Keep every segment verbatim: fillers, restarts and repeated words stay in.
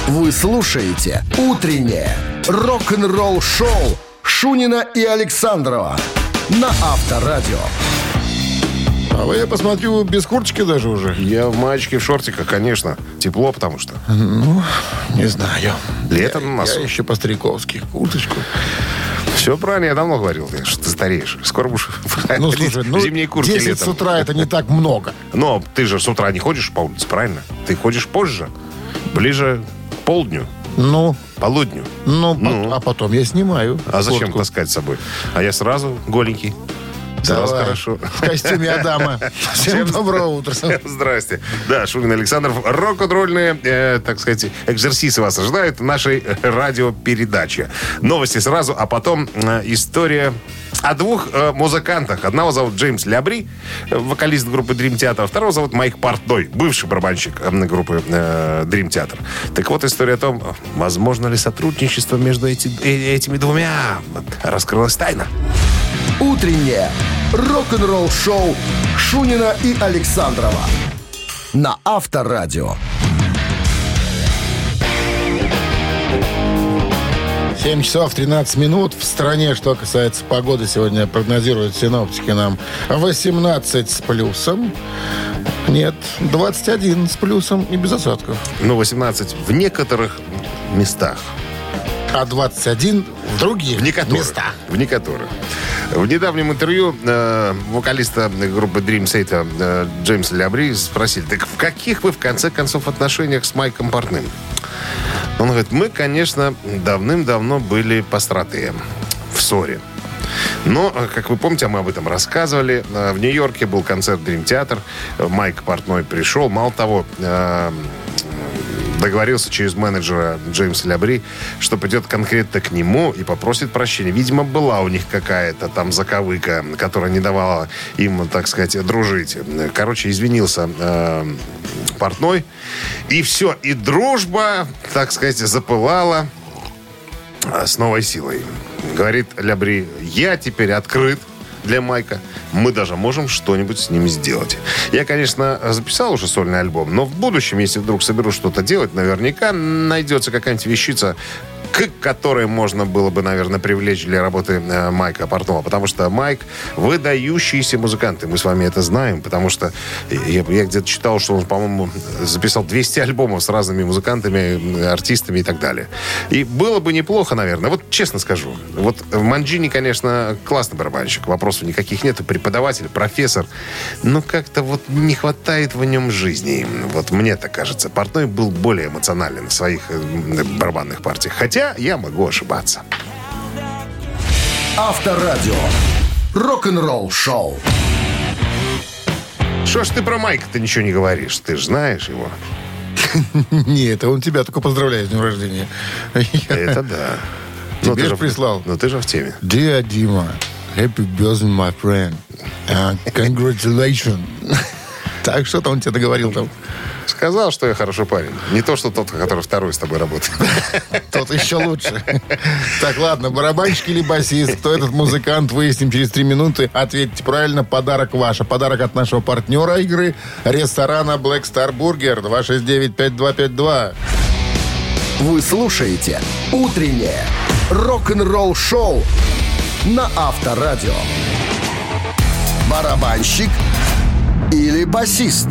Вы слушаете «Утреннее рок-н-ролл-шоу» Шунина и Александрова на Авторадио. А вы, я посмотрю, без курточки даже уже. Я в маечке, в шортиках, конечно. Тепло, потому что. Ну, не знаю. Лето на носу. Я еще по-стариковски курточку. Все правильно, я давно говорил, что ты стареешь. Скоро будешь ну, слушай, ну, в зимней куртке десять летом. с утра это не так много. Но ты же с утра не ходишь по улице, правильно? Ты ходишь позже, ближе к полдню. Ну, полудню. Ну, ну. а потом я снимаю. А зачем куртку таскать с собой? А я сразу голенький. Сразу Давай. хорошо. В костюме Адама. Всем доброго утра. Здрасте. Да, Шунин Александров. Рок-н-ролльные, э, так сказать, экзерсисы вас ожидают в нашей радиопередаче. Новости сразу, а потом э, история о двух э, музыкантах. Одного зовут Джеймс Лябри, вокалист группы Dream Theater. Второго зовут Майк Портной, бывший барабанщик э, группы э, Dream Theater. Так вот, история о том, возможно ли сотрудничество между эти, э, этими двумя. Раскрылась тайна. Утреннее рок-н-ролл-шоу Шунина и Александрова на Авторадио. семь часов тринадцать минут. В стране, что касается погоды, сегодня прогнозируют синоптики нам восемнадцать с плюсом. Нет, двадцать один с плюсом и без осадков. Ну, восемнадцать в некоторых местах. А двадцать один в других в некоторых, местах. В некоторых. В недавнем интервью э, вокалиста группы Dream Theater э, Джеймса Лябри спросили, так в каких вы, в конце концов, отношениях с Майком Портным? Он говорит, мы, конечно, давным-давно были посратые, в ссоре. Но, как вы помните, мы об этом рассказывали. В Нью-Йорке был концерт Dream Theater. Майк Портной пришел. Мало того, э, договорился через менеджера Джеймса Лябри, что пойдет конкретно к нему и попросит прощения. Видимо, была у них какая-то там заковыка, которая не давала им, так сказать, дружить. Короче, извинился э, Портной. И все. И дружба, так сказать, запылала с новой силой. Говорит Лябри, я теперь открыт для Майка. Мы даже можем что-нибудь с ним сделать. Я, конечно, записал уже сольный альбом, но в будущем, если вдруг соберу что-то делать, наверняка найдется какая-нибудь вещица, к которой можно было бы, наверное, привлечь для работы э, Майка Портнова. Потому что Майк выдающийся музыкант. И мы с вами это знаем. Потому что я, я где-то читал, что он, по-моему, записал двести альбомов с разными музыкантами, артистами и так далее. И было бы неплохо, наверное. Вот честно скажу. Вот Манджини, конечно, классный барабанщик. Вопросов никаких нет. Преподаватель, профессор. Но как-то вот не хватает в нем жизни. Вот мне так кажется. Портной был более эмоционален в своих барабанных партиях. Хотя я могу ошибаться. Авторадио. Рок-н-ролл шоу. Что ж ты про Майка-то ничего не говоришь? Ты же знаешь его. Нет, он тебя только поздравляет с днем рождения. Это да. Тебе же прислал. Ну ты же в теме. Dear Дима, happy birthday, my friend. Uh, congratulations. Так, что-то он тебе договорил там. Сказал, что я хороший парень. Не то, что тот, который второй с тобой работает. Тот еще лучше. Так, ладно, барабанщик или басист, кто этот музыкант, выясним через три минуты. Ответьте правильно, подарок ваш. Подарок от нашего партнера игры, ресторана Black Star Burger. два шесть девять пять два пять два. Вы слушаете «Утреннее рок-н-ролл-шоу» на Авторадио. Барабанщик или басист?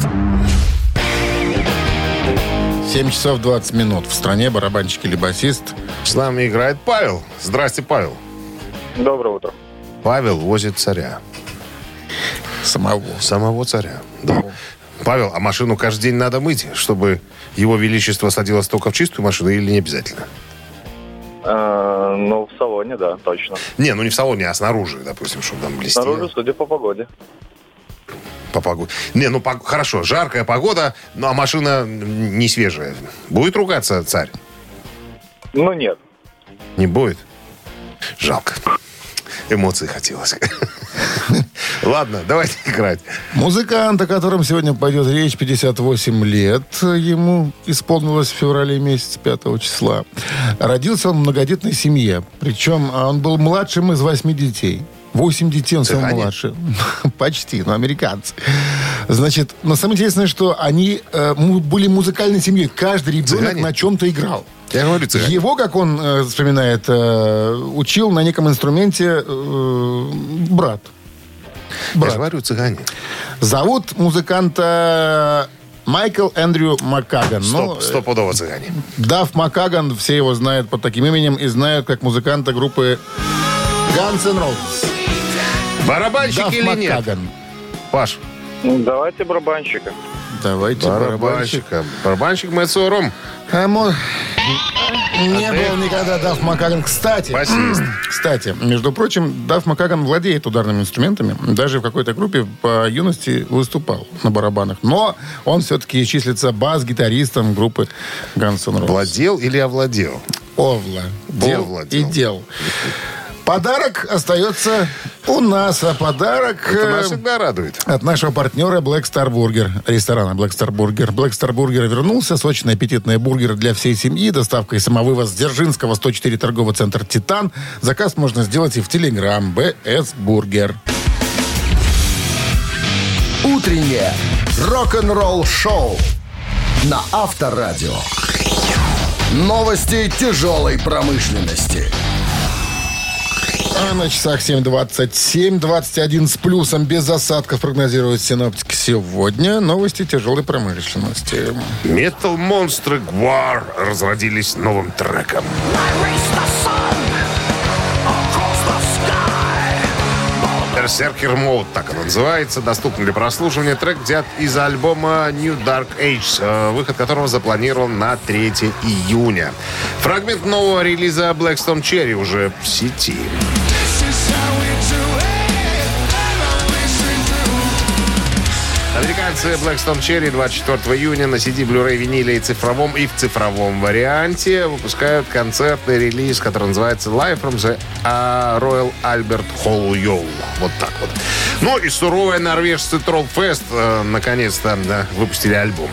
семь часов двадцать минут. В стране барабанщик или басист. С нами играет Павел. Здрасте, Павел. Доброе утро. Павел возит царя. Самого. Самого царя. Да. Павел, а машину каждый день надо мыть, чтобы его величество садилось только в чистую машину или не обязательно? Э, ну, в салоне, да, точно. Не, ну не в салоне, а снаружи, допустим, чтобы там блестело. Снаружи, судя по погоде. По погоде. Не, ну по... хорошо, жаркая погода, ну а машина не свежая. Будет ругаться царь? Ну, нет. Не будет? Жалко. Эмоций хотелось. Ладно, давайте играть. Музыкант, о котором сегодня пойдет речь, пятьдесят восемь лет. Ему исполнилось в феврале месяце, пятого числа. Родился он в многодетной семье. Причем он был младшим из восьми детей. Восемь детей, он самый Цыгане? младший. Почти, но американцы. Значит, но самое интересное, что они э, му- были музыкальной семьей. Каждый ребенок Цыгане? на чем-то играл. Я говорю, цыгане. Его, как он э, вспоминает, э, учил на неком инструменте э, брат. Я Брат. же говорю, цыгане. Зовут музыканта Майкл Эндрю Маккаган. Стоп, Ну, стопудово цыгане. Дафф Маккаган, все его знают под таким именем и знают как музыканта группы Guns N' Roses. Барабанщик Дафф или нет? Маккаган. Паш. Ну, давайте барабанщика. Давайте барабанщик. Барабанщика. Барабанщик Мэтсо Ром. А мо- Не был никогда Дафф Маккаган. Кстати, Басист. кстати, между прочим, Дафф Маккаган владеет ударными инструментами. Даже в какой-то группе по юности выступал на барабанах. Но он все-таки числится бас-гитаристом группы Guns N' Roses. Владел или овладел? Овла. Дел Овладел. и дел. Подарок остается у нас, а подарок Это нас э, всегда радует. от нашего партнера Black Star Burger, ресторана Black Star Burger. Black Star Burger вернулся. Сочный аппетитный бургер для всей семьи. Доставка и самовывоз с Дзержинского, сто четыре, торговый центр «Титан». Заказ можно сделать и в Телеграм. БС Бургер. Утреннее рок-н-ролл-шоу на Авторадио. Новости тяжелой промышленности. А на часах семь двадцать семь, двадцать один с плюсом, без осадков прогнозируют синоптики сегодня. Новости тяжелой промышленности. Metal монстры Гвар разродились новым треком. Berserker Mode, так он называется, доступен для прослушивания. Трек взят из альбома New Dark Age, э, выход которого запланирован на третьего июня. Фрагмент нового релиза Blackstone Cherry уже в сети. Американцы Blackstone Cherry двадцать четвёртого июня на си ди, Blu-ray, виниле и цифровом и в цифровом варианте выпускают концертный релиз, который называется Live from the Royal Albert Hall. Вот так вот. Ну и суровые норвежцы Trollfest э, наконец-то да, выпустили альбом.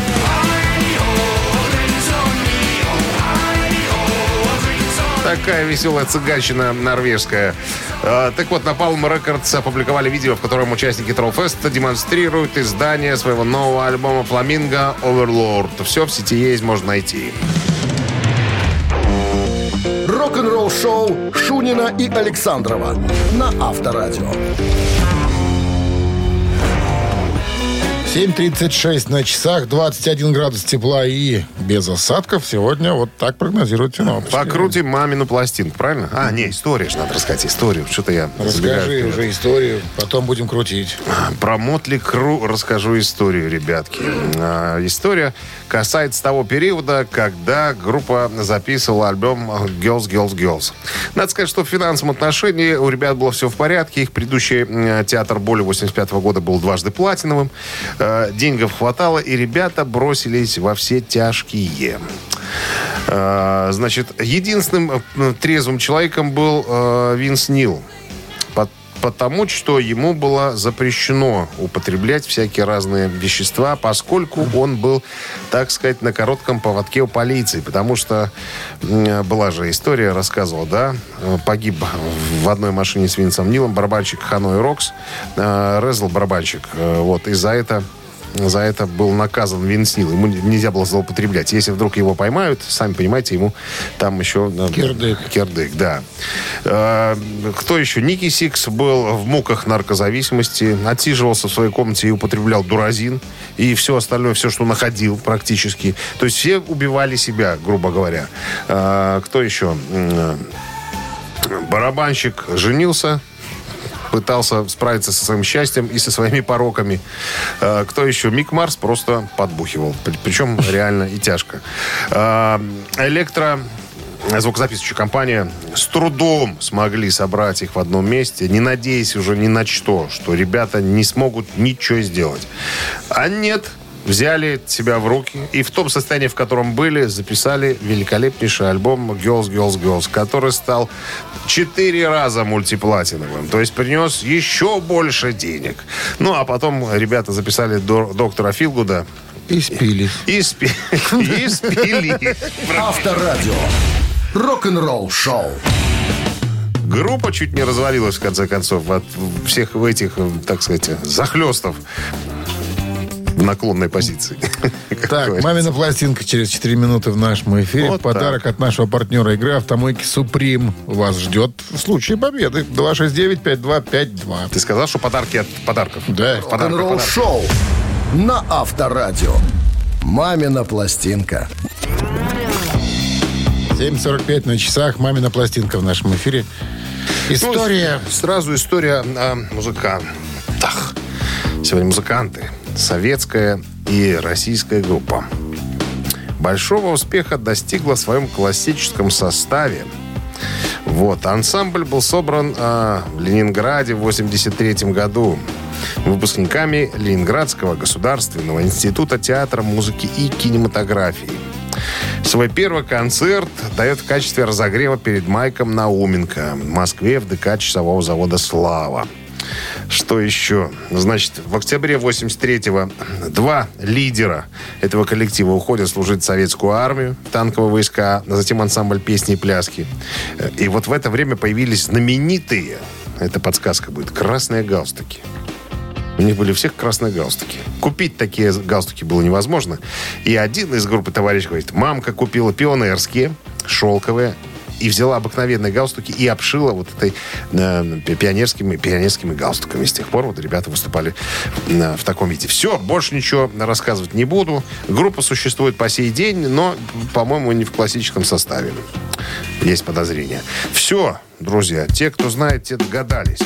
Такая веселая цыганщина норвежская. Э, так вот, на Palm Records опубликовали видео, в котором участники Trollfest демонстрируют издание своего нового альбома Flamingo Overlord. Все в сети есть, можно найти. Рок-н-ролл-шоу Шунина и Александрова на Авторадио. семь тридцать шесть на часах, двадцать один градус тепла и без осадков. Сегодня вот так прогнозируют синоптики. Покрутим мамину пластинку, правильно? А, не, история же, надо рассказать историю. Что-то я Расскажи забегаю вперед. уже историю, потом будем крутить. Про Мотли Кру расскажу историю, ребятки. А, история касается того периода, когда группа записывала альбом Girls, Girls, Girls. Надо сказать, что в финансовом отношении у ребят было все в порядке. Их предыдущий э, театр боли восемьдесят пятого года был дважды платиновым. Э, денег хватало, и ребята бросились во все тяжкие. Э, значит, единственным э, трезвым человеком был э, Винс Нил. Потому что ему было запрещено употреблять всякие разные вещества, поскольку он был, так сказать, на коротком поводке у полиции. Потому что была же история, рассказывал, да, погиб в одной машине с Винсом Нилом барабанщик Ханой Рокс, резал барабанщик. Вот, и за это... За это был наказан Винс Нил. Ему нельзя было злоупотреблять. Если вдруг его поймают, сами понимаете, ему там еще... Кирдык. Кирдык, да. Э, кто еще? Ники Сикс был в муках наркозависимости. Отсиживался в своей комнате и употреблял дуразин. И все остальное, все, что находил практически. То есть все убивали себя, грубо говоря. Э, кто еще? Э, барабанщик женился. Пытался справиться со своим счастьем и со своими пороками. Э, кто еще? Мик Марс просто подбухивал. Причем реально и тяжко. Э, электро... Звукозаписывающая компания с трудом смогли собрать их в одном месте, не надеясь уже ни на что, что ребята не смогут ничего сделать. А нет... Взяли себя в руки и в том состоянии, в котором были, записали великолепнейший альбом Girls, Girls, Girls, который стал четыре раза мультиплатиновым. То есть принес еще больше денег. Ну, а потом ребята записали доктора Филгуда. И спились. И спили. Авторадио. Рок-н-ролл-шоу. Группа чуть не развалилась, в конце концов, от всех этих, так сказать, захлестов в наклонной позиции. Так, «Мамина пластинка» через четыре минуты в нашем эфире. Вот подарок так. от нашего партнера игры «Автомойки Суприм» вас ждет в случае победы. два шесть девять пять два пять два. Ты сказал, что подарки от подарков? Да. Подарок от подарков. Рок-н-ролл-шоу на Авторадио. «Мамина пластинка». семь сорок пять на часах. «Мамина пластинка» в нашем эфире. История. Ну, сразу история о музыкантах. Сегодня музыканты. Советская и российская группа. Большого успеха достигла в своем классическом составе. Вот. Ансамбль был собран э, в Ленинграде в восемьдесят третьем году выпускниками Ленинградского государственного института театра, музыки и кинематографии. Свой первый концерт дает в качестве разогрева перед Майком Науменко в Москве в ДК часового завода «Слава». Что еще? Значит, в октябре восемьдесят третьего два лидера этого коллектива уходят служить в советскую армию, танковые войска, а затем ансамбль песни и пляски. И вот в это время появились знаменитые, это подсказка будет, красные галстуки. У них были у всех красные галстуки. Купить такие галстуки было невозможно. И один из группы товарищ говорит: мамка купила пионерские, шелковые, и взяла обыкновенные галстуки и обшила вот этой э, пионерскими, пионерскими галстуками. С тех пор вот ребята выступали э, в таком виде. Все, больше ничего рассказывать не буду. Группа существует по сей день, но, по-моему, не в классическом составе. Есть подозрения. Все, друзья, те, кто знает, те догадались.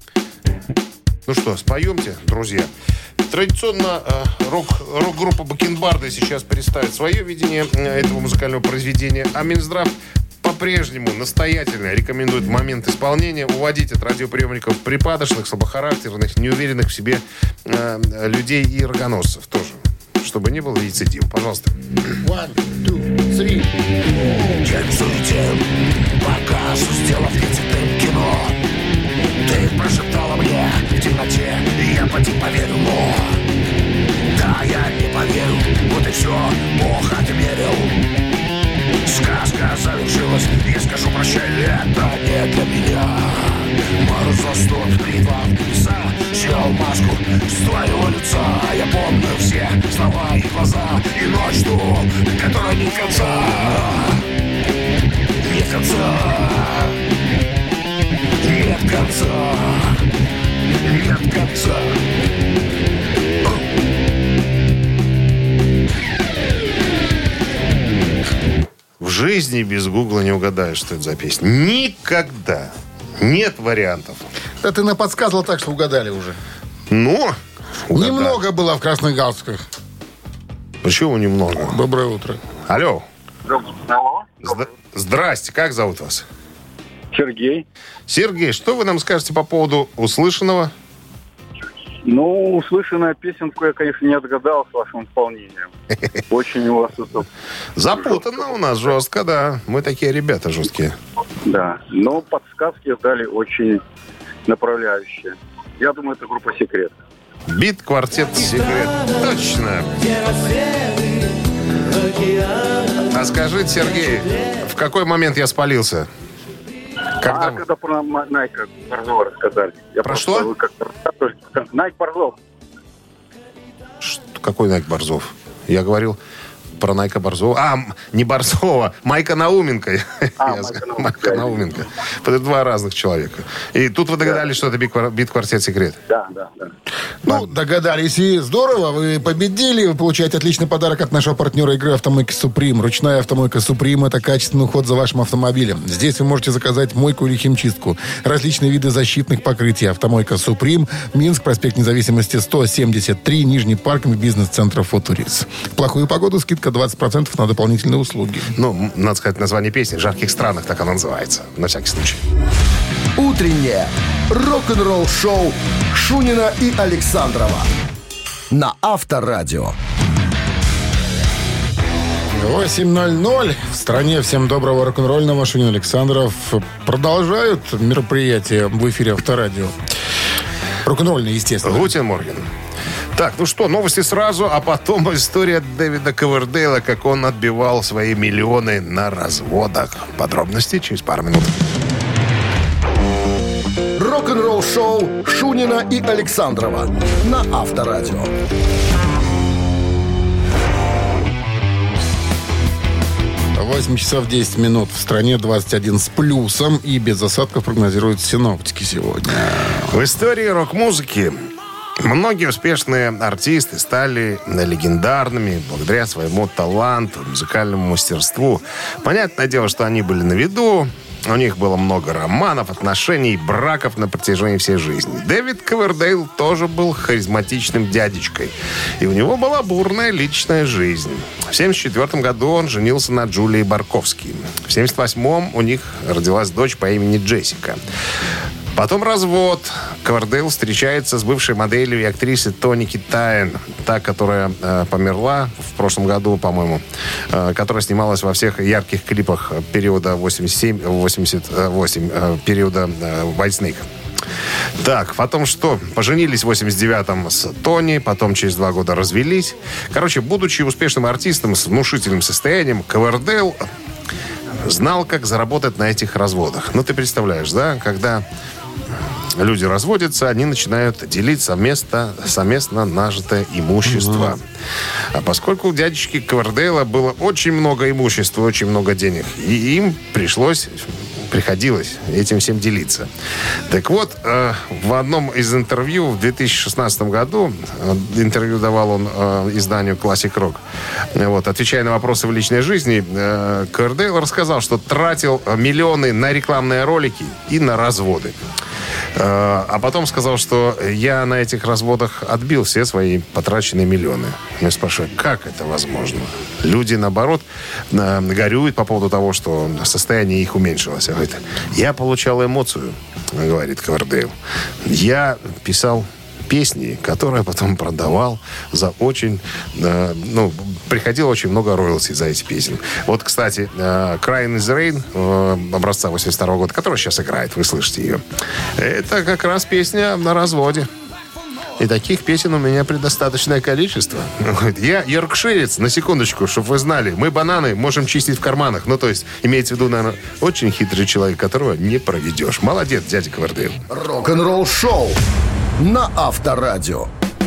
Ну что, споемте, друзья. Традиционно э, рок, рок-группа «Бакенбарды» сейчас представит свое видение э, этого музыкального произведения, а Минздрав по-прежнему настоятельно рекомендует в момент исполнения уводить от радиоприемников припадочных, слабохарактерных, неуверенных в себе э, людей и рогоносцев тоже, чтобы не было рецидива. Пожалуйста. One, two, three. День за день, показ, сделав летитым кино. Ты прошептала мне в темноте, и я поди поверю, но да, я не поверю, вот и все, Бог отмерил. Сказка завершилась, я скажу прощай, это не для меня. Мороз заступ, бритва в небеса, снял маску с твоего лица. Я помню все слова и глаза, и ночь ту, которая нет конца. Нет конца. Нет конца. Нет конца. В жизни без гугла не угадаешь, что это за песня. Никогда. Нет вариантов. Да ты наподсказывал так, что угадали уже. Ну, угадали. Немного было в красных галстуках. Почему немного? Доброе утро. Алло. Алло. Зд- Здрасте, как зовут вас? Сергей. Сергей, что вы нам скажете по поводу услышанного? Ну, услышанная песенку я, конечно, не отгадал с вашим исполнением. Очень у вас тут... Запутанно у нас жестко, да. Мы такие ребята жесткие. Да, но подсказки дали очень направляющие. Я думаю, это группа «Секрет». Бит-квартет «Секрет». Точно. А скажите, Сергей, в какой момент я спалился? Когда... А когда про Найка Борзова рассказали. Я Про просто, что? вы как-то Найк Борзов. Что? Какой Найк Борзов? Я говорил про Найка Борзова. А, м, не Борзова, Майка Науменко. А, Я Майка сказал, Науменко. Майка Науменко. Это два разных человека. И тут вы догадались, что это бит- бит-квартет «Секрет». Да, да, да. Ну, догадались, и здорово. Вы победили. Вы получаете отличный подарок от нашего партнера игры «Автомойки Суприм». Ручная «Автомойка Суприм» — это качественный уход за вашим автомобилем. Здесь вы можете заказать мойку или химчистку. Различные виды защитных покрытий. «Автомойка Суприм», Минск, проспект Независимости, сто семьдесят три, Нижний паркинг бизнес-центра «Футурис». В плохую погоду скидка двадцать процентов на дополнительные услуги. Ну, м, надо сказать название песни. «В жарких странах» так она называется. На всякий случай. Утреннее рок-н-ролл-шоу Шунина и Александрова на Авторадио. восемь ноль ноль. В стране. Всем доброго рок-н-ролльного. Шунин Александров продолжают мероприятие в эфире Авторадио. Рок-н-ролльное, естественно. Гутен Морген. Так, ну что, новости сразу, а потом история Дэвида Ковердейла, как он отбивал свои миллионы на разводах. Подробности через пару минут. Рок-н-ролл-шоу Шунина и Александрова на Авторадио. восемь часов десять минут. В стране двадцать один с плюсом. И без осадков прогнозируют синоптики сегодня. В истории рок-музыки многие успешные артисты стали легендарными благодаря своему таланту, музыкальному мастерству. Понятное дело, что они были на виду. У них было много романов, отношений, браков на протяжении всей жизни. Дэвид Ковердейл тоже был харизматичным дядечкой. И у него была бурная личная жизнь. В семьдесят четвёртом году он женился на Джулии Барковски. В семьдесят восьмом у них родилась дочь по имени Джессика. Потом развод. Ковердейл встречается с бывшей моделью и актрисой Тони Китаен. Та, которая э, померла в прошлом году, по-моему. Э, которая снималась во всех ярких клипах периода восемьдесят семь восемьдесят восемь. Э, периода э, White Snake. Так, потом что? Поженились в восемьдесят девятом с Тони, потом через два года развелись. Короче, будучи успешным артистом с внушительным состоянием, Ковердейл знал, как заработать на этих разводах. Ну, ты представляешь, да? Когда люди разводятся, они начинают делить совместно, совместно нажитое имущество. Угу. А поскольку у дядечки Ковердейла было очень много имущества, очень много денег, и им пришлось... приходилось этим всем делиться. Так вот, э, в одном из интервью в две тысячи шестнадцатом году, э, интервью давал он э, изданию Classic Rock, э, вот, отвечая на вопросы в личной жизни, э, Ковердейл рассказал, что тратил миллионы на рекламные ролики и на разводы. Э, а потом сказал, что я на этих разводах отбил все свои потраченные миллионы. Я спрашиваю, как это возможно? Люди, наоборот, э, горюют по поводу того, что состояние их уменьшилось. Говорит, я получал эмоцию, говорит Ковердейл. Я писал песни, которые потом продавал за очень... Э, ну, приходило очень много роялти за эти песни. Вот, кстати, э, Crying in the Rain э, образца восемьдесят второго года, которая сейчас играет, вы слышите ее, это как раз песня на разводе. И таких песен у меня предостаточное количество. Я йоркширец, на секундочку, чтобы вы знали. Мы бананы можем чистить в карманах. Ну, то есть, имеется в виду, наверное, очень хитрый человек, которого не проведешь. Молодец, дядя Ковердейл. Рок-н-ролл шоу на Авторадио.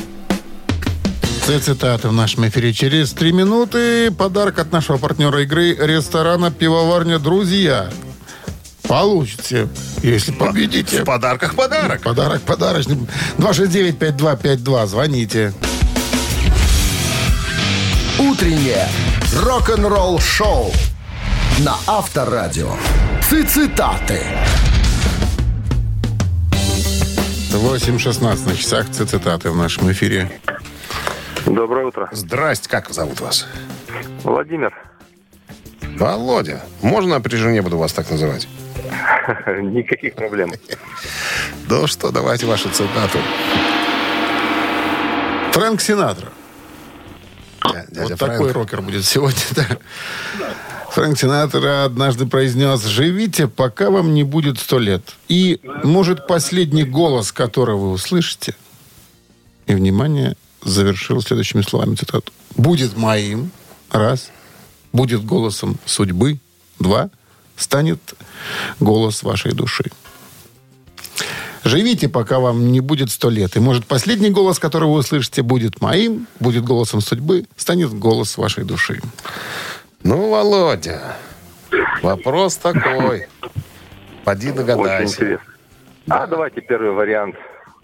Цитаты в нашем эфире через три минуты. Подарок от нашего партнера игры ресторана «Пивоварня Друзья». Получите, если победите. В подарках подарок. Подарок подарочный. два шесть девять пять два пять два. Звоните. Утреннее рок-н-ролл шоу на Авторадио. Цитаты. восемь шестнадцать на часах. Цитаты в нашем эфире. Доброе утро. Здрасте, как зовут вас? Владимир. Володя. Можно при жене буду вас так называть? Никаких проблем. Ну что, давайте вашу цитату. Фрэнк Синатра. Дядя вот Фрэнк. такой рокер будет сегодня. Да. Фрэнк Синатра однажды произнес: «Живите, пока вам не будет сто лет. И, может, последний голос, который вы услышите...» И, внимание, завершил следующими словами цитату. «Будет моим, раз, будет голосом судьбы, два, станет голос вашей души». Живите, пока вам не будет сто лет. И, может, последний голос, который вы услышите, будет моим, будет голосом судьбы, станет голос вашей души. Ну, Володя, вопрос такой. Поди догадайся. Очень интересно. А давайте первый вариант.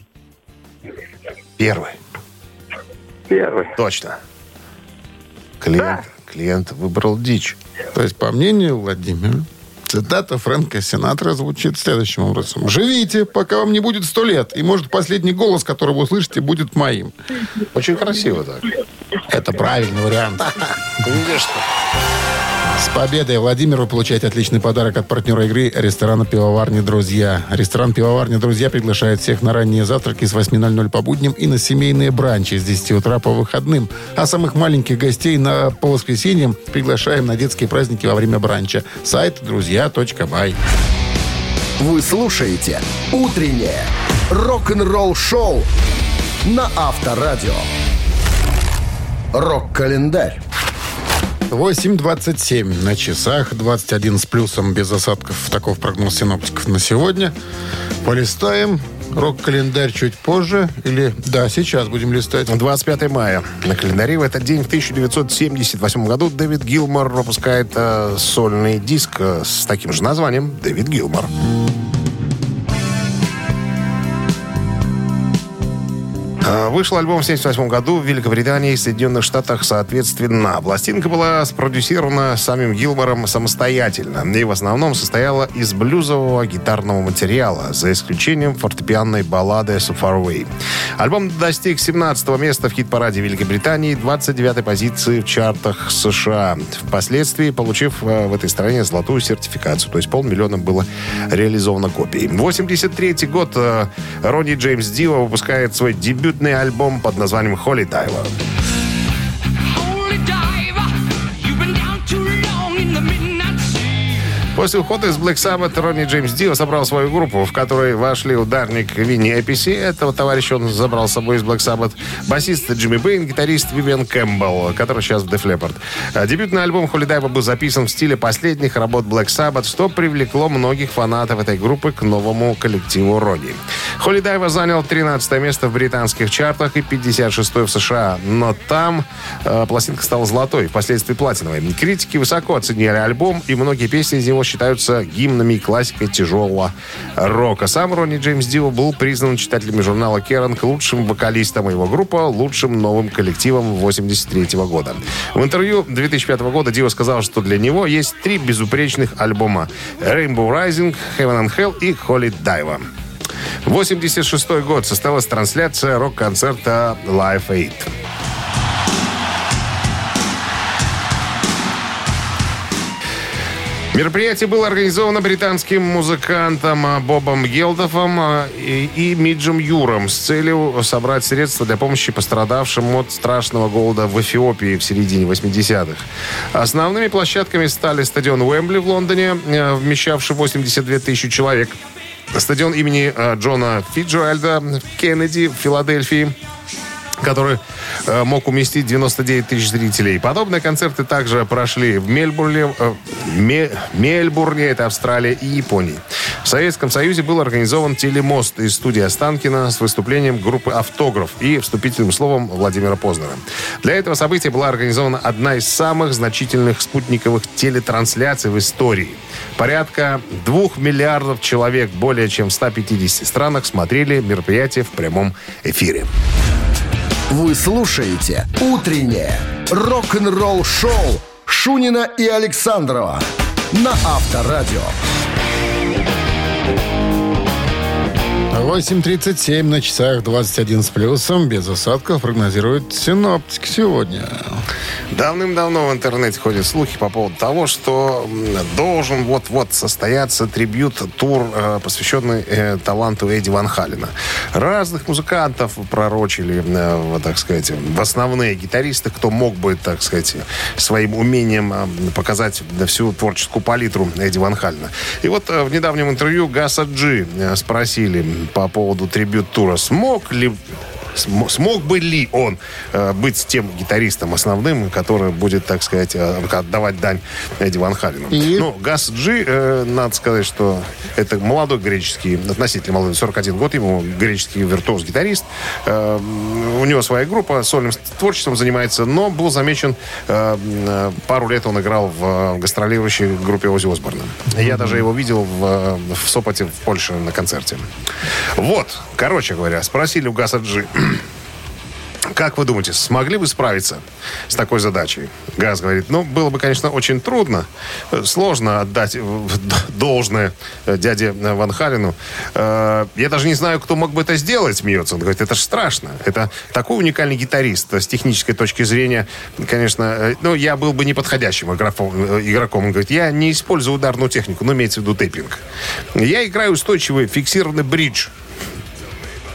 Первый. Первый. Точно. Клиент, да. клиент выбрал дичь. То есть, по мнению Владимира, цитата Фрэнка Синатра звучит следующим образом. «Живите, пока вам не будет сто лет. И, может, последний голос, который вы услышите, будет моим». Очень красиво так. Это правильный вариант. Видишь что? С победой, Владимир! Вы получаете отличный подарок от партнера игры ресторана «Пивоварня Друзья». Ресторан «Пивоварня Друзья» приглашает всех на ранние завтраки с восьми ноль-ноль по будням и на семейные бранчи с десяти утра по выходным. А самых маленьких гостей на, по воскресеньям приглашаем на детские праздники во время бранча. Сайт друзья точка бай. Вы слушаете «Утреннее рок-н-ролл-шоу» на Авторадио. Рок-календарь. восемь двадцать семь на часах, двадцать один с плюсом, без осадков. Таков прогноз синоптиков на сегодня. Полистаем рок-календарь чуть позже. Или, да, сейчас будем листать. двадцать пятое мая. На календаре в этот день в тысяча девятьсот семьдесят восьмом году Дэвид Гилмор выпускает э, сольный диск э, с таким же названием «Дэвид Гилмор». Вышел альбом в семьдесят восьмом году в Великобритании и Соединенных Штатах соответственно. Пластинка была спродюсирована самим Гилмором самостоятельно и в основном состояла из блюзового гитарного материала, за исключением фортепианной баллады «So Far Away». Альбом достиг семнадцатого места в хит-параде Великобритании, двадцать девятой позиции в чартах США, впоследствии получив в этой стране золотую сертификацию, то есть полмиллиона было реализовано копий. восемьдесят третий год. Ронни Джеймс Дио выпускает свой дебют альбом под названием «Holy Diver». После ухода из Black Sabbath Ронни Джеймс Дио собрал свою группу, в которой вошли ударник Винни Эписи, этого товарища он забрал с собой из Black Sabbath, басист Джимми Бэйн, гитарист Вивиан Кэмпбелл, который сейчас в Def Leppard. Дебютный альбом Holy Diver был записан в стиле последних работ Black Sabbath, что привлекло многих фанатов этой группы к новому коллективу Ронни. Holy Diver занял тринадцатое место в британских чартах и пятьдесят шестое в США, но там э, пластинка стала золотой, впоследствии платиновой. Критики высоко оценили альбом, и многие песни из него считаются гимнами и классикой тяжелого рока. Сам Ронни Джеймс Дио был признан читателями журнала Kerrang лучшим вокалистом, а его группа лучшим новым коллективом восемьдесят третьего года. В интервью две тысячи пятого года Дио сказал, что для него есть три безупречных альбома: Rainbow Rising, Heaven and Hell и Holy Diver. восемьдесят шестой год. Состоялась трансляция рок-концерта Live Aid. Мероприятие было организовано британским музыкантом Бобом Гелдофом и, и Миджем Юром с целью собрать средства для помощи пострадавшим от страшного голода в Эфиопии в середине восьмидесятых. Основными площадками стали стадион Уэмбли в Лондоне, вмещавший восемьдесят две тысячи человек, стадион имени Джона Фитджеральда Кеннеди в Филадельфии, который э, мог уместить девяносто девять тысяч зрителей. Подобные концерты также прошли в Мельбурне, э, Ме, Мельбурне, это Австралия, и Японии. В Советском Союзе был организован телемост из студии Останкино с выступлением группы «Автограф» и вступительным словом Владимира Познера. Для этого события была организована одна из самых значительных спутниковых телетрансляций в истории. Порядка двух миллиардов человек более чем в ста пятидесяти странах смотрели мероприятие в прямом эфире. Вы слушаете «Утреннее рок-н-ролл-шоу» Шунина и Александрова на Авторадио. восемь тридцать семь на часах, двадцать один с плюсом, без осадков, прогнозируют синоптики сегодня. Давным-давно в интернете ходят слухи по поводу того, что должен вот-вот состояться трибьют-тур, посвященный э, таланту Эдди Ван Халена. Разных музыкантов пророчили, э, так сказать, в основные гитаристы, кто мог бы, так сказать, своим умением э, показать всю творческую палитру Эдди Ван Халена. И вот э, в недавнем интервью Гаса Джи э, спросили по поводу трибьют-тура, смог ли Смог бы ли он э, быть тем гитаристом основным, который будет, так сказать, э, отдавать дань Эдди Ван Халену? И... Ну, Гас Джи, э, надо сказать, что это молодой греческий, относительно молодой, сорок один год, ему греческий виртуоз-гитарист. Э, у него своя группа, сольным творчеством занимается, но был замечен, э, пару лет он играл в гастролирующей группе Оззи Осборна. Я даже его видел в, в Сопоте, в Польше, на концерте. Вот, короче говоря, спросили у Гаса Джи: как вы думаете, смогли бы справиться с такой задачей? Газ говорит, ну, было бы, конечно, очень трудно, сложно отдать должное дяде Ван Халену. Я даже не знаю, кто мог бы это сделать, смеется. Он говорит, это же страшно. Это такой уникальный гитарист с технической точки зрения. Конечно, ну, я был бы неподходящим игроком. Он говорит, я не использую ударную технику, но имеется в виду тейпинг. Я играю устойчивый фиксированный бридж.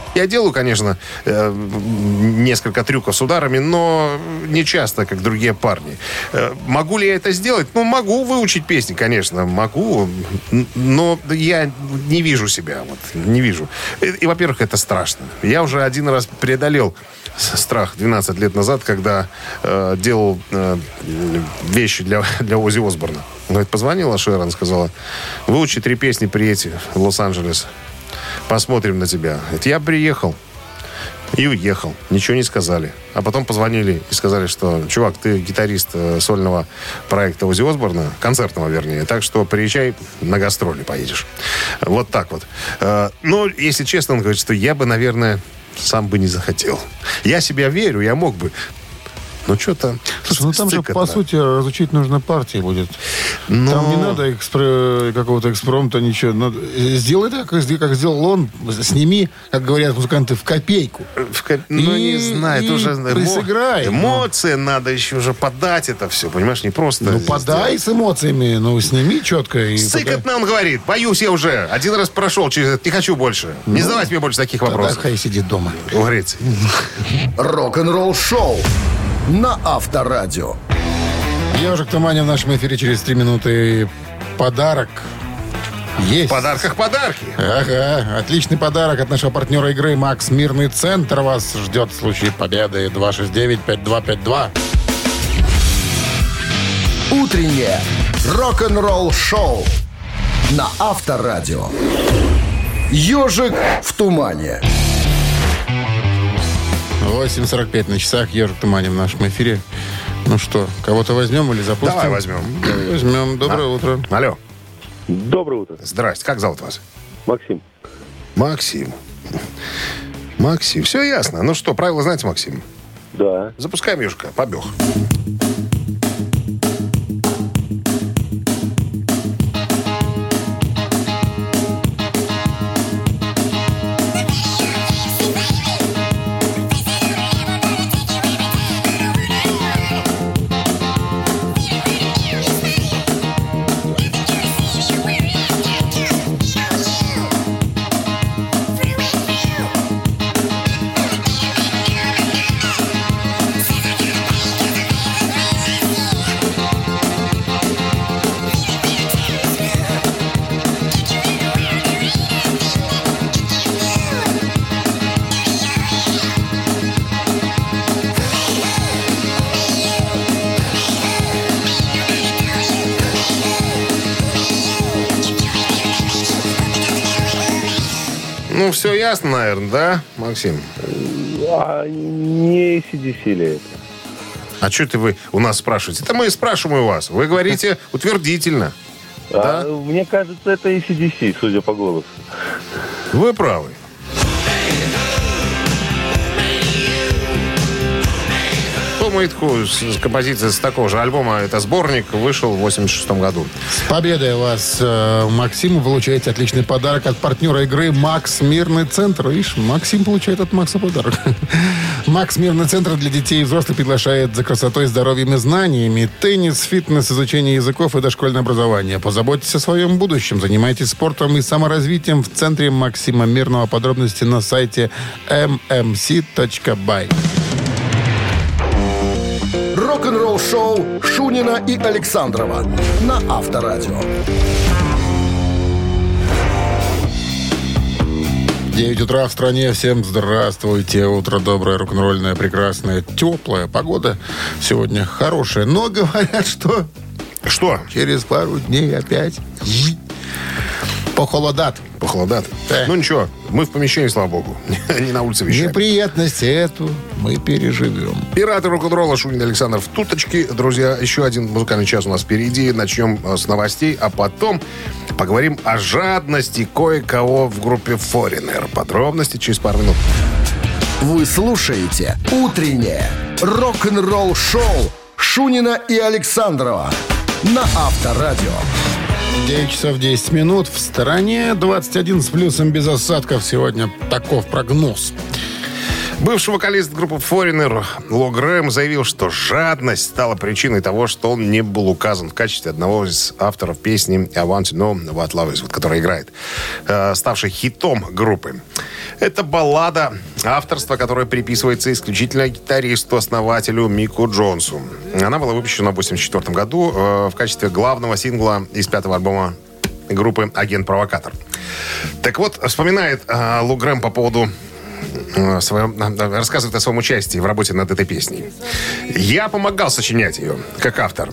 Я делаю, конечно, э, несколько трюков с ударами, но не часто, как другие парни. Э, могу ли я это сделать? Ну, могу выучить песни, конечно, могу, но я не вижу себя, вот, не вижу. И, и, во-первых, это страшно. Я уже один раз преодолел страх двенадцать лет назад, когда э, делал э, вещи для, для Оззи Осборна. Говорит, позвонила Шерон, сказала, выучи три песни, приедь в Лос-Анджелес. Посмотрим на тебя. Это я приехал и уехал. Ничего не сказали. А потом позвонили и сказали, что, чувак, ты гитарист сольного проекта Оззи Осборна, концертного, вернее, так что приезжай, на гастроли поедешь. Вот так вот. Но, если честно, он говорит, что я бы, наверное, сам бы не захотел. Я себя верю, я мог бы. Ну, что-то... Слушай, ну там же, по сути, разучить нужно партии будет. Но... Там не надо экспр... какого-то экспромта, ничего. Надо... Сделай так, как сделал он. Сними, как говорят музыканты, в копейку. В коп... и... Ну, не знаю. И уже... присыграй. Эмоции ну. надо еще уже подать это все, понимаешь, не просто... Ну, подай сделать. С эмоциями, ну, сними четко. И Сыкотно подай. Он говорит. Боюсь я уже. Один раз прошел через это. Не хочу больше. Ну, не задавайте мне больше таких вопросов. Тогда хай сидит дома. В Греции. Рок-н-ролл шоу на Авторадио. «Ежик в тумане» в нашем эфире через три минуты. Подарок есть. В подарках подарки. Ага, отличный подарок от нашего партнера игры «Макс Мирный Центр». Вас ждет в случае победы. Два шесть девять пять два пять два. Утреннее рок-н-ролл шоу на Авторадио. «Ежик в тумане». восемь сорок пять на часах. «Ежик в тумане» в нашем эфире. Ну что, кого-то возьмем или запустим? Давай возьмем. Давай возьмем. Доброе а? утро. Алло. Доброе утро. Здрасте. Как зовут вас? Максим. Максим. Максим. Все ясно. Ну что, правила знаете, Максим? Да. Запускаем ежика. Побег. Ну, все ясно, наверное, да, Максим? А не эй си ди си ли это? А что это вы у нас спрашиваете? Это мы спрашиваем у вас. Вы говорите утвердительно. А, Да? мне кажется, это эй си ди си, судя по голосу. Вы правы. Майтху с композицией с такого же альбома. Это сборник, вышел в восемьдесят шестом году. С победой вас, Максим. Вы получаете отличный подарок от партнера игры «Макс Мирный Центр». Видишь, Максим получает от Макса подарок. «Макс Мирный Центр» для детей и взрослых приглашает за красотой, здоровьем и знаниями. Теннис, фитнес, изучение языков и дошкольное образование. Позаботьтесь о своем будущем. Занимайтесь спортом и саморазвитием в центре Максима Мирного. Подробности на сайте эм эм си точка бай. Рок-н-ролл-шоу Шунина и Александрова на Авторадио. девять утра в стране. Всем здравствуйте. Утро доброе, рок-н-ролльное, прекрасное, теплая погода сегодня хорошая. Но говорят, что... Что? Через пару дней опять похолодат. Похолодат? Да. Ну ничего, мы в помещении, слава богу. Не на улице вещаем. Неприятность эту мы переживем. Пираты рок-н-ролла Шунин Александр в туточке. Друзья, еще один музыкальный час у нас впереди. Начнем с новостей, а потом поговорим о жадности кое-кого в группе Foreigner. Подробности через пару минут. Вы слушаете «Утреннее рок-н-ролл-шоу» Шунина и Александрова на Авторадио. девять часов десять минут. В стороне двадцать один с плюсом без осадков. Сегодня таков прогноз. Бывший вокалист группы Foreigner Ло Грэм заявил, что жадность стала причиной того, что он не был указан в качестве одного из авторов песни «I Want to Know What Love Is», вот, которая играет, э, ставшей хитом группы. Это баллада, авторство, которое приписывается исключительно гитаристу-основателю Мику Джонсу. Она была выпущена в восемьдесят четвёртом году э, в качестве главного сингла из пятого альбома группы «Агент-провокатор». Так вот, вспоминает э, Ло Грэм по поводу Своем, рассказывает о своем участии в работе над этой песней. Я помогал сочинять ее, как автор.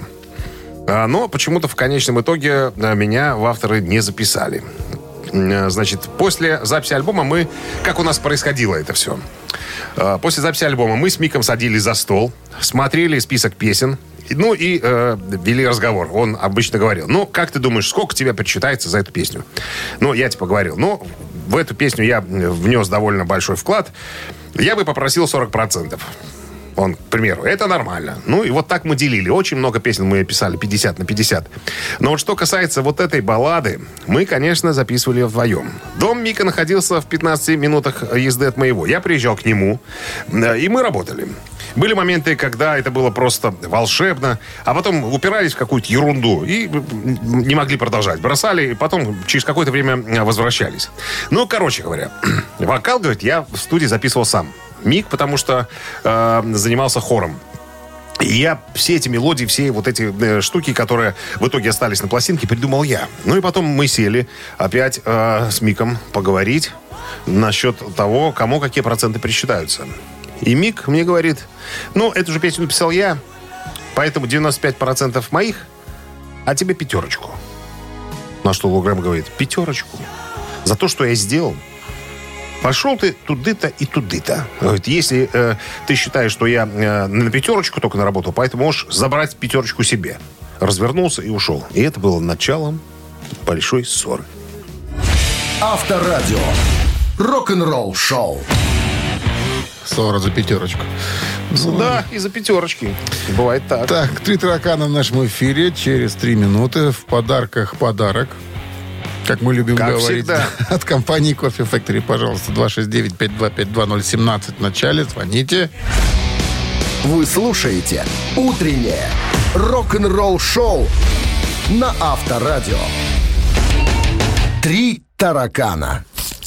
Но почему-то в конечном итоге меня в авторы не записали. Значит, после записи альбома мы... Как у нас происходило это все? После записи альбома мы с Миком садились за стол, смотрели список песен, ну и э, вели разговор. Он обычно говорил: ну, как ты думаешь, сколько тебе причитается за эту песню? Ну, я типа говорил: ну, в эту песню я внес довольно большой вклад. Я бы попросил сорок процентов. Он, к примеру, это нормально. Ну, и вот так мы делили. Очень много песен мы писали, пятьдесят на пятьдесят. Но вот что касается вот этой баллады, мы, конечно, записывали ее вдвоем. Дом Мика находился в пятнадцати минутах езды от моего. Я приезжал к нему, и мы работали. Были моменты, когда это было просто волшебно, а потом упирались в какую-то ерунду и не могли продолжать. Бросали, и потом через какое-то время возвращались. Ну, короче говоря, вокал, говорит, я в студии записывал сам. Мик, потому что э, занимался хором. И я все эти мелодии, все вот эти э, штуки, которые в итоге остались на пластинке, придумал я. Ну и потом мы сели опять э, с Миком поговорить насчет того, кому какие проценты присчитаются. И Мик мне говорит: ну, эту же песню написал я, поэтому девяносто пять процентов моих, а тебе пятерочку. На что Ло Грэм говорит: пятерочку? За то, что я сделал? Пошел ты туды-то и туды-то. Говорит, если э, ты считаешь, что я э, на пятерочку только наработал, поэтому можешь забрать пятерочку себе. Развернулся и ушел. И это было началом большой ссоры. Авторадио. Рок-н-ролл шоу. Ссора за пятерочку. Ну, да, и за пятерочки. Бывает так. Так, три таракана в нашем эфире. Через три минуты в подарках подарок. Как мы любим как говорить. Всегда. От компании Coffee Factory, пожалуйста, два шесть девять пять два пять два ноль семнадцать в начале. Звоните. Вы слушаете «Утреннее рок-н-ролл-шоу» на Авторадио. Три таракана.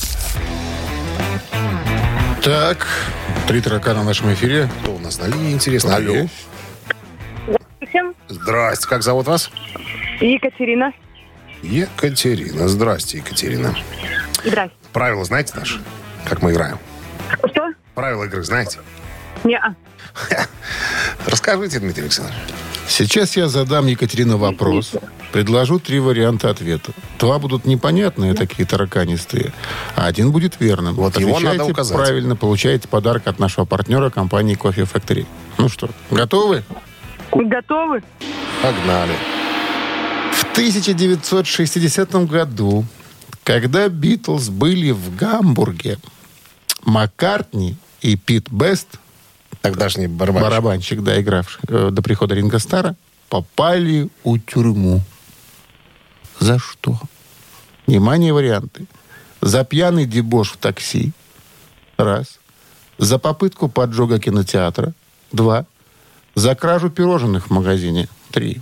Так, три таракана в нашем эфире. Кто у нас на линии, интересно? Алло. Всем. Здрасте. Как зовут вас? Екатерина. Екатерина. Здрасте, Екатерина. Здрасте. Правила знаете наши? Как мы играем? Что? Правила игры знаете? Не-а. Расскажите, Дмитрий Александрович. Сейчас я задам Екатерине вопрос. Предложу три варианта ответа. Два будут непонятные, такие тараканистые, а один будет верным. Вот его надо указать. Правильно, получаете подарок от нашего партнера компании Coffee Factory. Ну что, готовы? Готовы? Погнали. В тысяча девятьсот шестидесятом году, когда Битлз были в Гамбурге, Маккартни и Пит Бест, тогдашний барабанщик, барабанщик, да, игравший э, до прихода Ринго Стара, попали у тюрьму. За что? Внимание, варианты. За пьяный дебош в такси. Раз. За попытку поджога кинотеатра. Два. За кражу пирожных в магазине. Три.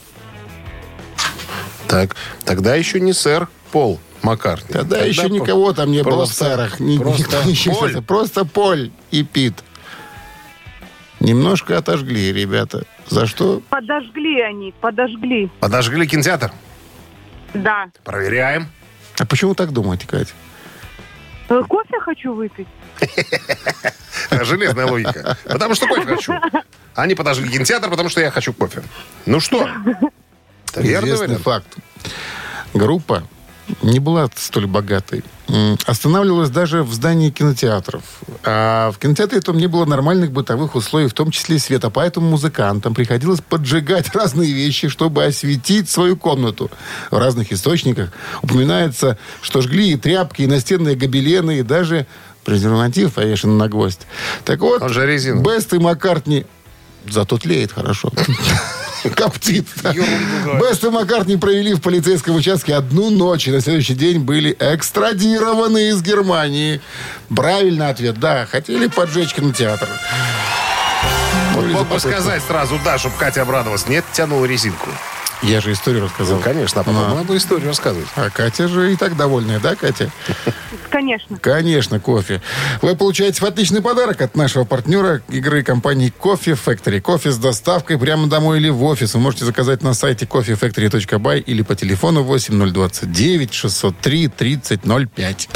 Так, тогда еще не сэр Пол Маккартни. Тогда, Тогда еще по... никого там не было в просто, сэрах. Ни, просто никто не исчезал. Поль. Просто Поль и Пит. Немножко отожгли, ребята. За что? Подожгли они, подожгли. Подожгли кинотеатр? Да. Проверяем. А почему так думаете, Катя? Э, Кофе хочу выпить. Железная логика. Потому что кофе хочу. Они подожгли кинотеатр, потому что я хочу кофе. Ну что? Верный Известный вариант. факт. Группа не была столь богатой. М, Останавливалась даже в здании кинотеатров. А в кинотеатре там не было нормальных бытовых условий, в том числе и света. Поэтому музыкантам приходилось поджигать разные вещи, чтобы осветить свою комнату. В разных источниках упоминается, что жгли и тряпки, и настенные гобелены, и даже презерватив повешен на гвоздь. Так вот, Он же резиновый. Бест и Маккартни зато тлеет хорошо. коптит. Ерунду говорит. Бест и Маккартни провели в полицейском участке одну ночь и на следующий день были экстрадированы из Германии. Правильный ответ, да. Хотели поджечь кинотеатр. Вот мог бы сказать сразу, да, чтобы Катя обрадовалась. Нет, тянула резинку. Я же историю рассказал. Ну, конечно, а потом А. надо историю рассказывать. А Катя же и так довольная, да, Катя? Конечно. Конечно, кофе. Вы получаете отличный подарок от нашего партнера игры компании Coffee Factory. Кофе с доставкой прямо домой или в офис. Вы можете заказать на сайте кофе фэктори точка бай или по телефону восемь ноль двадцать девять шестьсот три тридцать ноль пять.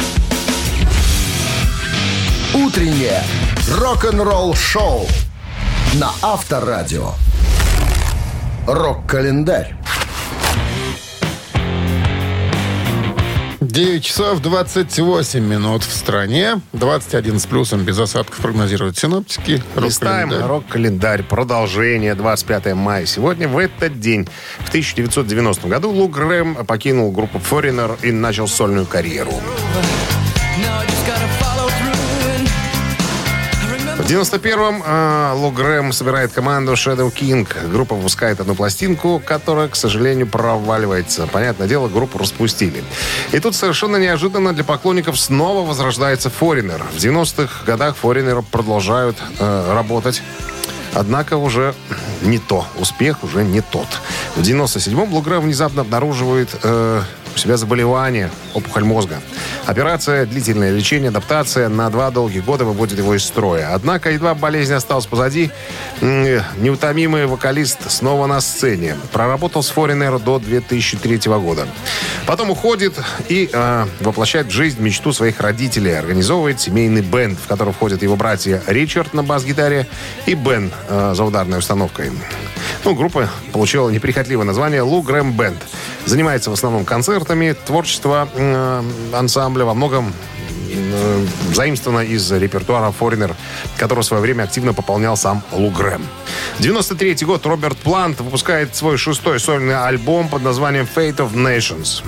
Утреннее рок-н-ролл-шоу на Авторадио. Рок-календарь. девять часов двадцать восемь минут в стране. двадцать один с плюсом, без осадков прогнозируют синоптики. Листаем Рок-календарь. рок-календарь. Продолжение. двадцать пятое мая. Сегодня, в этот день, в тысяча девятьсот девяностом году, Лу Грэм покинул группу Foreigner и начал сольную карьеру. В девяносто первом э, Лу Грэм собирает команду Shadow King. Группа выпускает одну пластинку, которая, к сожалению, проваливается. Понятное дело, группу распустили. И тут совершенно неожиданно для поклонников снова возрождается Foreigner. В девяностых годах Foreigner продолжают э, работать. Однако уже не то. Успех уже не тот. В девяносто седьмом Лу Грэм внезапно обнаруживает э, у себя заболевание, опухоль мозга. Операция, длительное лечение, адаптация на два долгих года выводит его из строя. Однако, едва болезнь осталась позади, э, неутомимый вокалист снова на сцене. Проработал с Foreigner до две тысячи третьего года. Потом уходит и э, воплощает в жизнь мечту своих родителей. Организовывает семейный бэнд, в который входят его братья Ричард на бас-гитаре и Бен э, за ударной установкой. Ну, группа получила неприхотливое название «Лу Грэм Бэнд». Занимается в основном концертами, творчество э, ансамбля во многом э, заимствовано из репертуара Foreigner, который в свое время активно пополнял сам Лу Грэм. девяносто третий год. Роберт Плант выпускает свой шестой сольный альбом под названием «Fate of Nations».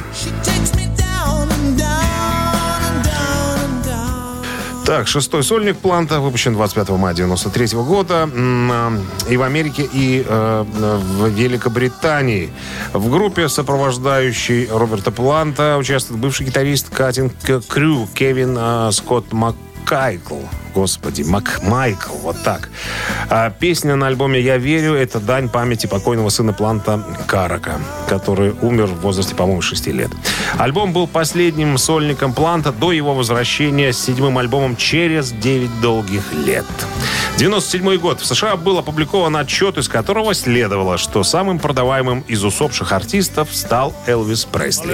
Так, шестой сольник Планта выпущен двадцать пятого мая девяносто третьего года и в Америке, и э, в Великобритании. В группе, сопровождающей Роберта Планта, участвует бывший гитарист Cutting Crew Кевин э, Скотт Маккайкл. Господи, Макмайкл, вот так. А песня на альбоме «Я верю» — это дань памяти покойного сына Планта Карака, который умер в возрасте, по-моему, шести лет. Альбом был последним сольником Планта до его возвращения с седьмым альбомом через девять долгих лет. девяносто седьмой год. В США был опубликован отчет, из которого следовало, что самым продаваемым из усопших артистов стал Элвис Пресли.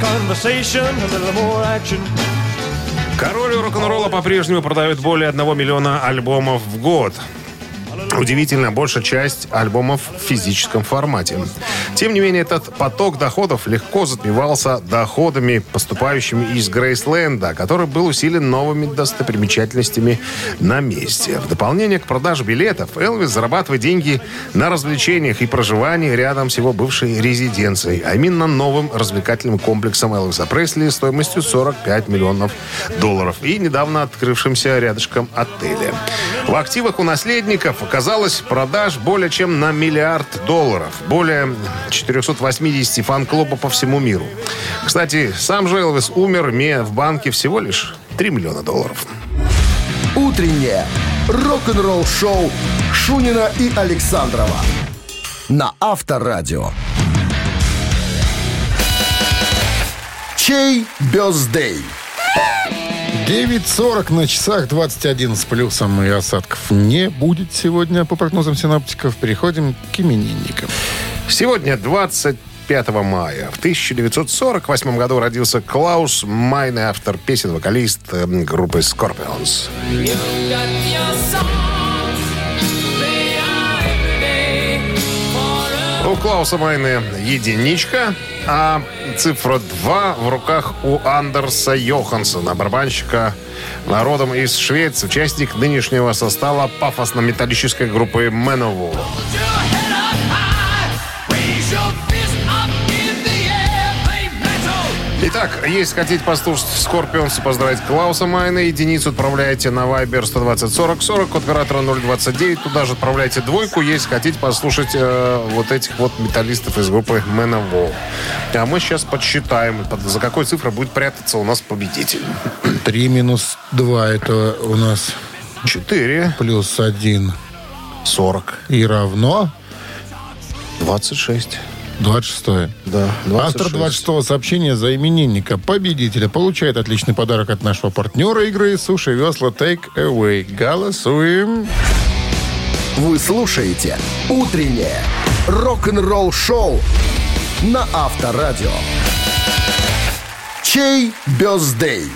Король рок-н-ролла по-прежнему продает более одного миллиона альбомов в год. Удивительно, большая часть альбомов в физическом формате. Тем не менее, этот поток доходов легко затмевался доходами, поступающими из Грейсленда, который был усилен новыми достопримечательностями на месте. В дополнение к продаже билетов, Элвис зарабатывает деньги на развлечениях и проживании рядом с его бывшей резиденцией, а именно новым развлекательным комплексом Элвиса Пресли стоимостью сорок пять миллионов долларов и недавно открывшимся рядышком отеля. В активах у наследников оказалось продаж более чем на миллиард долларов. Более четыреста восемьдесят фан-клубов по всему миру. Кстати, сам же Элвис умер, имея в банке всего лишь три миллиона долларов. Утреннее рок-н-ролл-шоу Шунина и Александрова на Авторадио. Чей бёздей? девять сорок на часах, двадцать один с плюсом, и осадков не будет сегодня, по прогнозам синоптиков. Переходим к именинникам. Сегодня двадцать пятого мая. В тысяча девятьсот сорок восьмом году родился Клаус Майне, автор песен, вокалист э, группы Scorpions. У Клауса Майне единичка, а цифра два в руках у Андерса Йоханссона, барабанщика, родом из Швеции, участник нынешнего состава пафосно-металлической группы Manowar. Итак, Итак, если хотите послушать Скорпионс и поздравить Клауса Майна, единицу отправляйте на Viber сто двадцать сорок сорок, код оператора ноль двадцать девять. Туда же отправляйте двойку, если хотите послушать э, вот этих вот металлистов из группы Manowar. А мы сейчас подсчитаем, под, за какой цифрой будет прятаться у нас победитель. три минус два это у нас четыре. Плюс один. сорок. И равно двадцать шесть. двадцать шестое. Да, двадцать шесть. Автор двадцать шестого сообщения за именинника победителя получает отличный подарок от нашего партнера игры «Суши Весла Take Away». Голосуем. Вы слушаете «Утреннее рок-н-ролл-шоу» на Авторадио. Чей бёздей?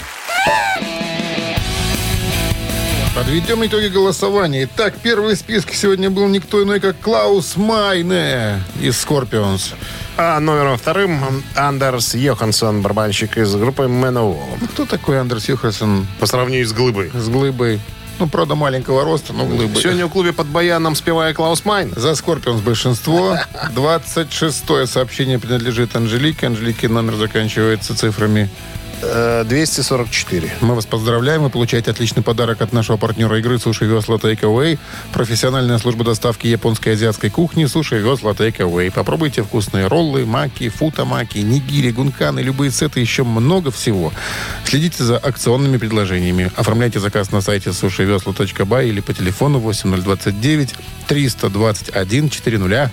Подведем итоги голосования. Итак, первый в списке сегодня был никто иной, как Клаус Майне из Scorpions. А номером вторым Андерс Йоханссон, барабанщик из группы Manowar. Кто такой Андерс Йоханссон? По сравнению с Глыбой. С Глыбой. Ну, правда, маленького роста, но Глыбой. Сегодня в клубе под баяном спевая Клаус Майн. За Scorpions большинство. двадцать шестое сообщение принадлежит Анжелике. Анжелике номер заканчивается цифрами двести сорок четыре. Мы вас поздравляем. Вы получаете отличный подарок от нашего партнера игры «Суши Весла Take Away». Профессиональная служба доставки японской и азиатской кухни «Суши Весла Take Away». Попробуйте вкусные роллы, маки, футамаки, нигири, гунканы, любые сеты, еще много всего. Следите за акционными предложениями. Оформляйте заказ на сайте суши весла точка бай или по телефону восемь ноль двадцать девять триста двадцать один четыреста.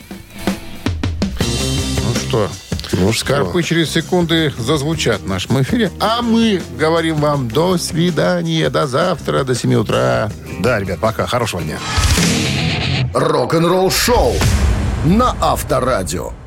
Ну что... Ну, Скорпы через секунды зазвучат в нашем эфире. А мы говорим вам до свидания, до завтра, до семи утра. Да, ребят, пока. Хорошего дня. Рок-н-ролл-шоу на Авторадио.